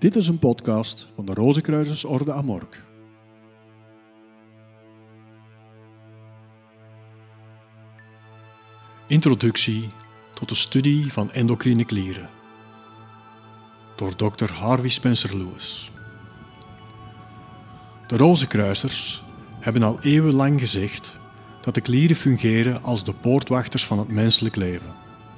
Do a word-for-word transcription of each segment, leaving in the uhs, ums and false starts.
Dit is een podcast van de Rozenkruisersorde Amork. Introductie tot de studie van endocrine klieren. Door dokter Harvey Spencer Lewis. De Rozenkruisers hebben al eeuwenlang gezegd dat de klieren fungeren als de poortwachters van het menselijk leven.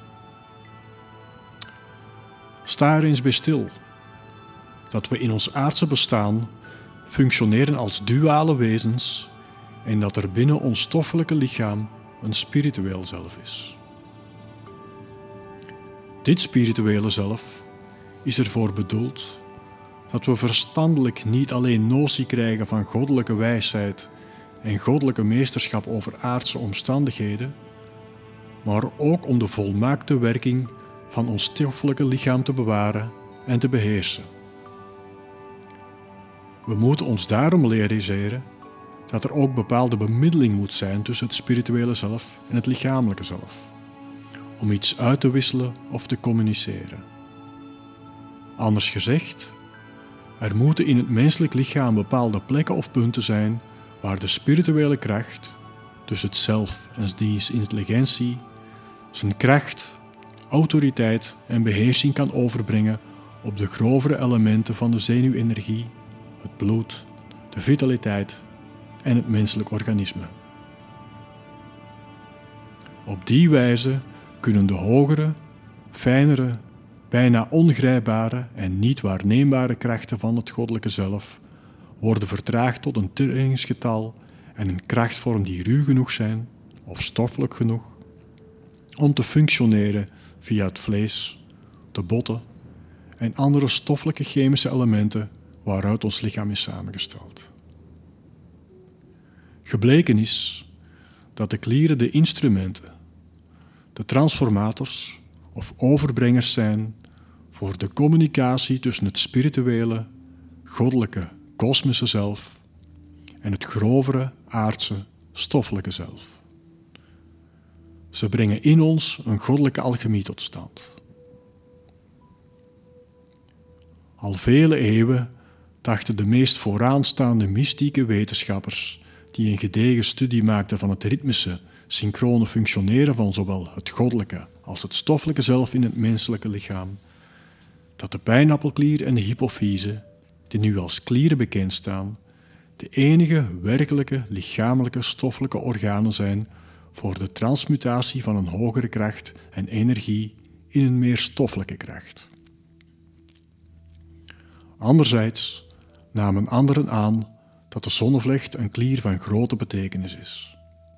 Sta er eens bij stil dat we in ons aardse bestaan functioneren als duale wezens en dat er binnen ons stoffelijke lichaam een spiritueel zelf is. Dit spirituele zelf is ervoor bedoeld dat we verstandelijk niet alleen notie krijgen van goddelijke wijsheid en goddelijke meesterschap over aardse omstandigheden, maar ook om de volmaakte werking van ons stoffelijke lichaam te bewaren en te beheersen. We moeten ons daarom realiseren dat er ook bepaalde bemiddeling moet zijn tussen het spirituele zelf en het lichamelijke zelf, om iets uit te wisselen of te communiceren. Anders gezegd, er moeten in het menselijk lichaam bepaalde plekken of punten zijn waar de spirituele kracht, dus het zelf en diens intelligentie, zijn kracht, autoriteit en beheersing kan overbrengen op de grovere elementen van de zenuwenergie, het bloed, de vitaliteit en het menselijk organisme. Op die wijze kunnen de hogere, fijnere, bijna ongrijpbare en niet waarneembare krachten van het goddelijke zelf worden vertraagd tot een trillingsgetal en een krachtvorm die ruw genoeg zijn, of stoffelijk genoeg, om te functioneren via het vlees, de botten en andere stoffelijke chemische elementen waaruit ons lichaam is samengesteld. Gebleken is dat de klieren de instrumenten, de transformators of overbrengers zijn voor de communicatie tussen het spirituele, goddelijke, kosmische zelf en het grovere, aardse, stoffelijke zelf. Ze brengen in ons een goddelijke alchemie tot stand. Al vele eeuwen dachten de meest vooraanstaande mystieke wetenschappers die een gedegen studie maakten van het ritmische, synchrone functioneren van zowel het goddelijke als het stoffelijke zelf in het menselijke lichaam, dat de pijnappelklier en de hypofyse, die nu als klieren bekend staan, de enige werkelijke lichamelijke stoffelijke organen zijn voor de transmutatie van een hogere kracht en energie in een meer stoffelijke kracht. Anderzijds namen anderen aan dat de zonnevlecht een klier van grote betekenis is.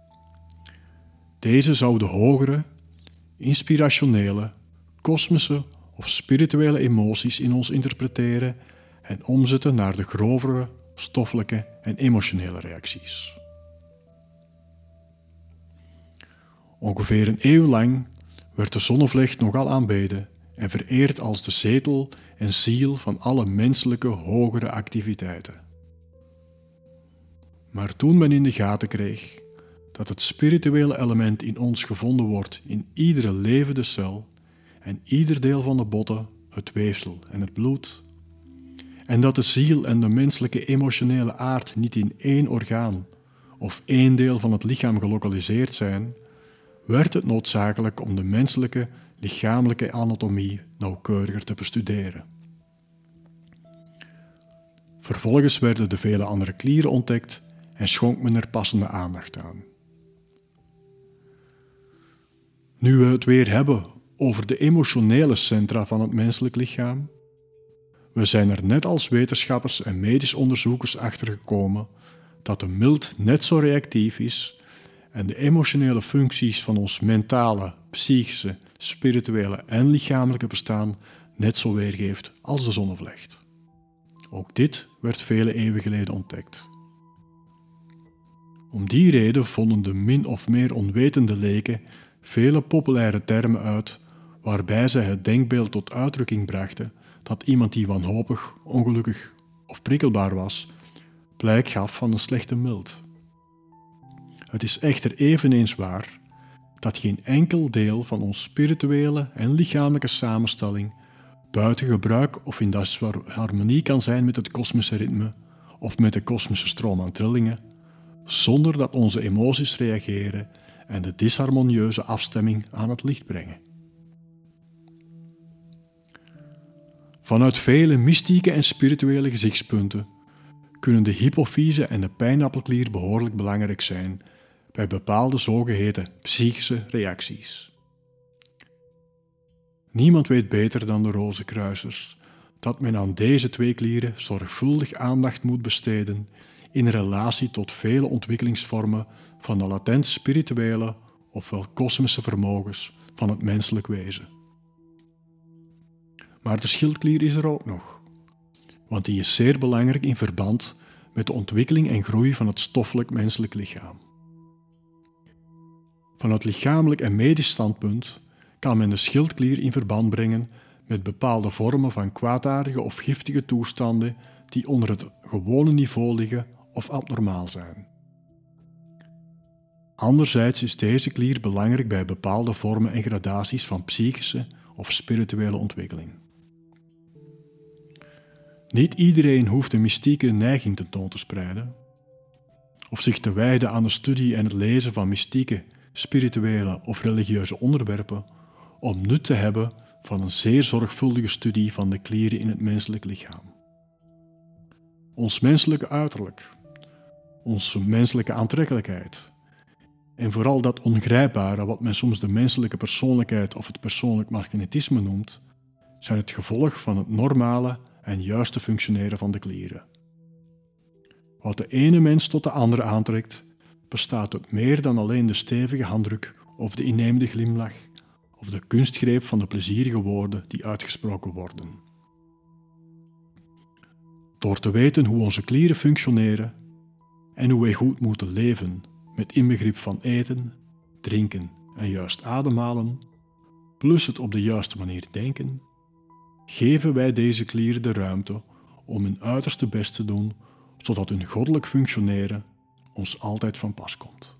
Deze zou de hogere, inspirationele, kosmische of spirituele emoties in ons interpreteren en omzetten naar de grovere, stoffelijke en emotionele reacties. Ongeveer een eeuw lang werd de zonnevlecht nogal aanbeden en vereerd als de zetel en ziel van alle menselijke hogere activiteiten. Maar toen men in de gaten kreeg dat het spirituele element in ons gevonden wordt in iedere levende cel en ieder deel van de botten, het weefsel en het bloed, en dat de ziel en de menselijke emotionele aard niet in één orgaan of één deel van het lichaam gelokaliseerd zijn, werd het noodzakelijk om de menselijke lichamelijke anatomie nauwkeuriger te bestuderen. Vervolgens werden de vele andere klieren ontdekt en schonk men er passende aandacht aan. Nu we het weer hebben over de emotionele centra van het menselijk lichaam, we zijn er net als wetenschappers en medisch onderzoekers achtergekomen dat de milt net zo reactief is en de emotionele functies van ons mentale, psychische, spirituele en lichamelijke bestaan net zo weergeeft als de zonnevlecht. Ook dit werd vele eeuwen geleden ontdekt. Om die reden vonden de min of meer onwetende leken vele populaire termen uit waarbij zij het denkbeeld tot uitdrukking brachten dat iemand die wanhopig, ongelukkig of prikkelbaar was, blijk gaf van een slechte milt. Het is echter eveneens waar dat geen enkel deel van ons spirituele en lichamelijke samenstelling buiten gebruik of in harmonie kan zijn met het kosmische ritme of met de kosmische stroom aan trillingen, zonder dat onze emoties reageren en de disharmonieuze afstemming aan het licht brengen. Vanuit vele mystieke en spirituele gezichtspunten kunnen de hypofyse en de pijnappelklier behoorlijk belangrijk zijn bij bepaalde zogeheten psychische reacties. Niemand weet beter dan de Rozenkruisers dat men aan deze twee klieren zorgvuldig aandacht moet besteden in relatie tot vele ontwikkelingsvormen van de latent spirituele ofwel kosmische vermogens van het menselijk wezen. Maar de schildklier is er ook nog, want die is zeer belangrijk in verband met de ontwikkeling en groei van het stoffelijk menselijk lichaam. Vanuit lichamelijk en medisch standpunt kan men de schildklier in verband brengen met bepaalde vormen van kwaadaardige of giftige toestanden die onder het gewone niveau liggen of abnormaal zijn. Anderzijds is deze klier belangrijk bij bepaalde vormen en gradaties van psychische of spirituele ontwikkeling. Niet iedereen hoeft een mystieke neiging tentoon te spreiden, of zich te wijden aan de studie en het lezen van mystieke, spirituele of religieuze onderwerpen om nut te hebben van een zeer zorgvuldige studie van de klieren in het menselijk lichaam. Ons menselijke uiterlijk, onze menselijke aantrekkelijkheid en vooral dat ongrijpbare wat men soms de menselijke persoonlijkheid of het persoonlijk magnetisme noemt, zijn het gevolg van het normale en juiste functioneren van de klieren. Wat de ene mens tot de andere aantrekt, bestaat uit meer dan alleen de stevige handdruk of de innemende glimlach of de kunstgreep van de plezierige woorden die uitgesproken worden. Door te weten hoe onze klieren functioneren en hoe wij goed moeten leven, met inbegrip van eten, drinken en juist ademhalen, plus het op de juiste manier denken, geven wij deze klieren de ruimte om hun uiterste best te doen, zodat hun goddelijk functioneren ons altijd van pas komt.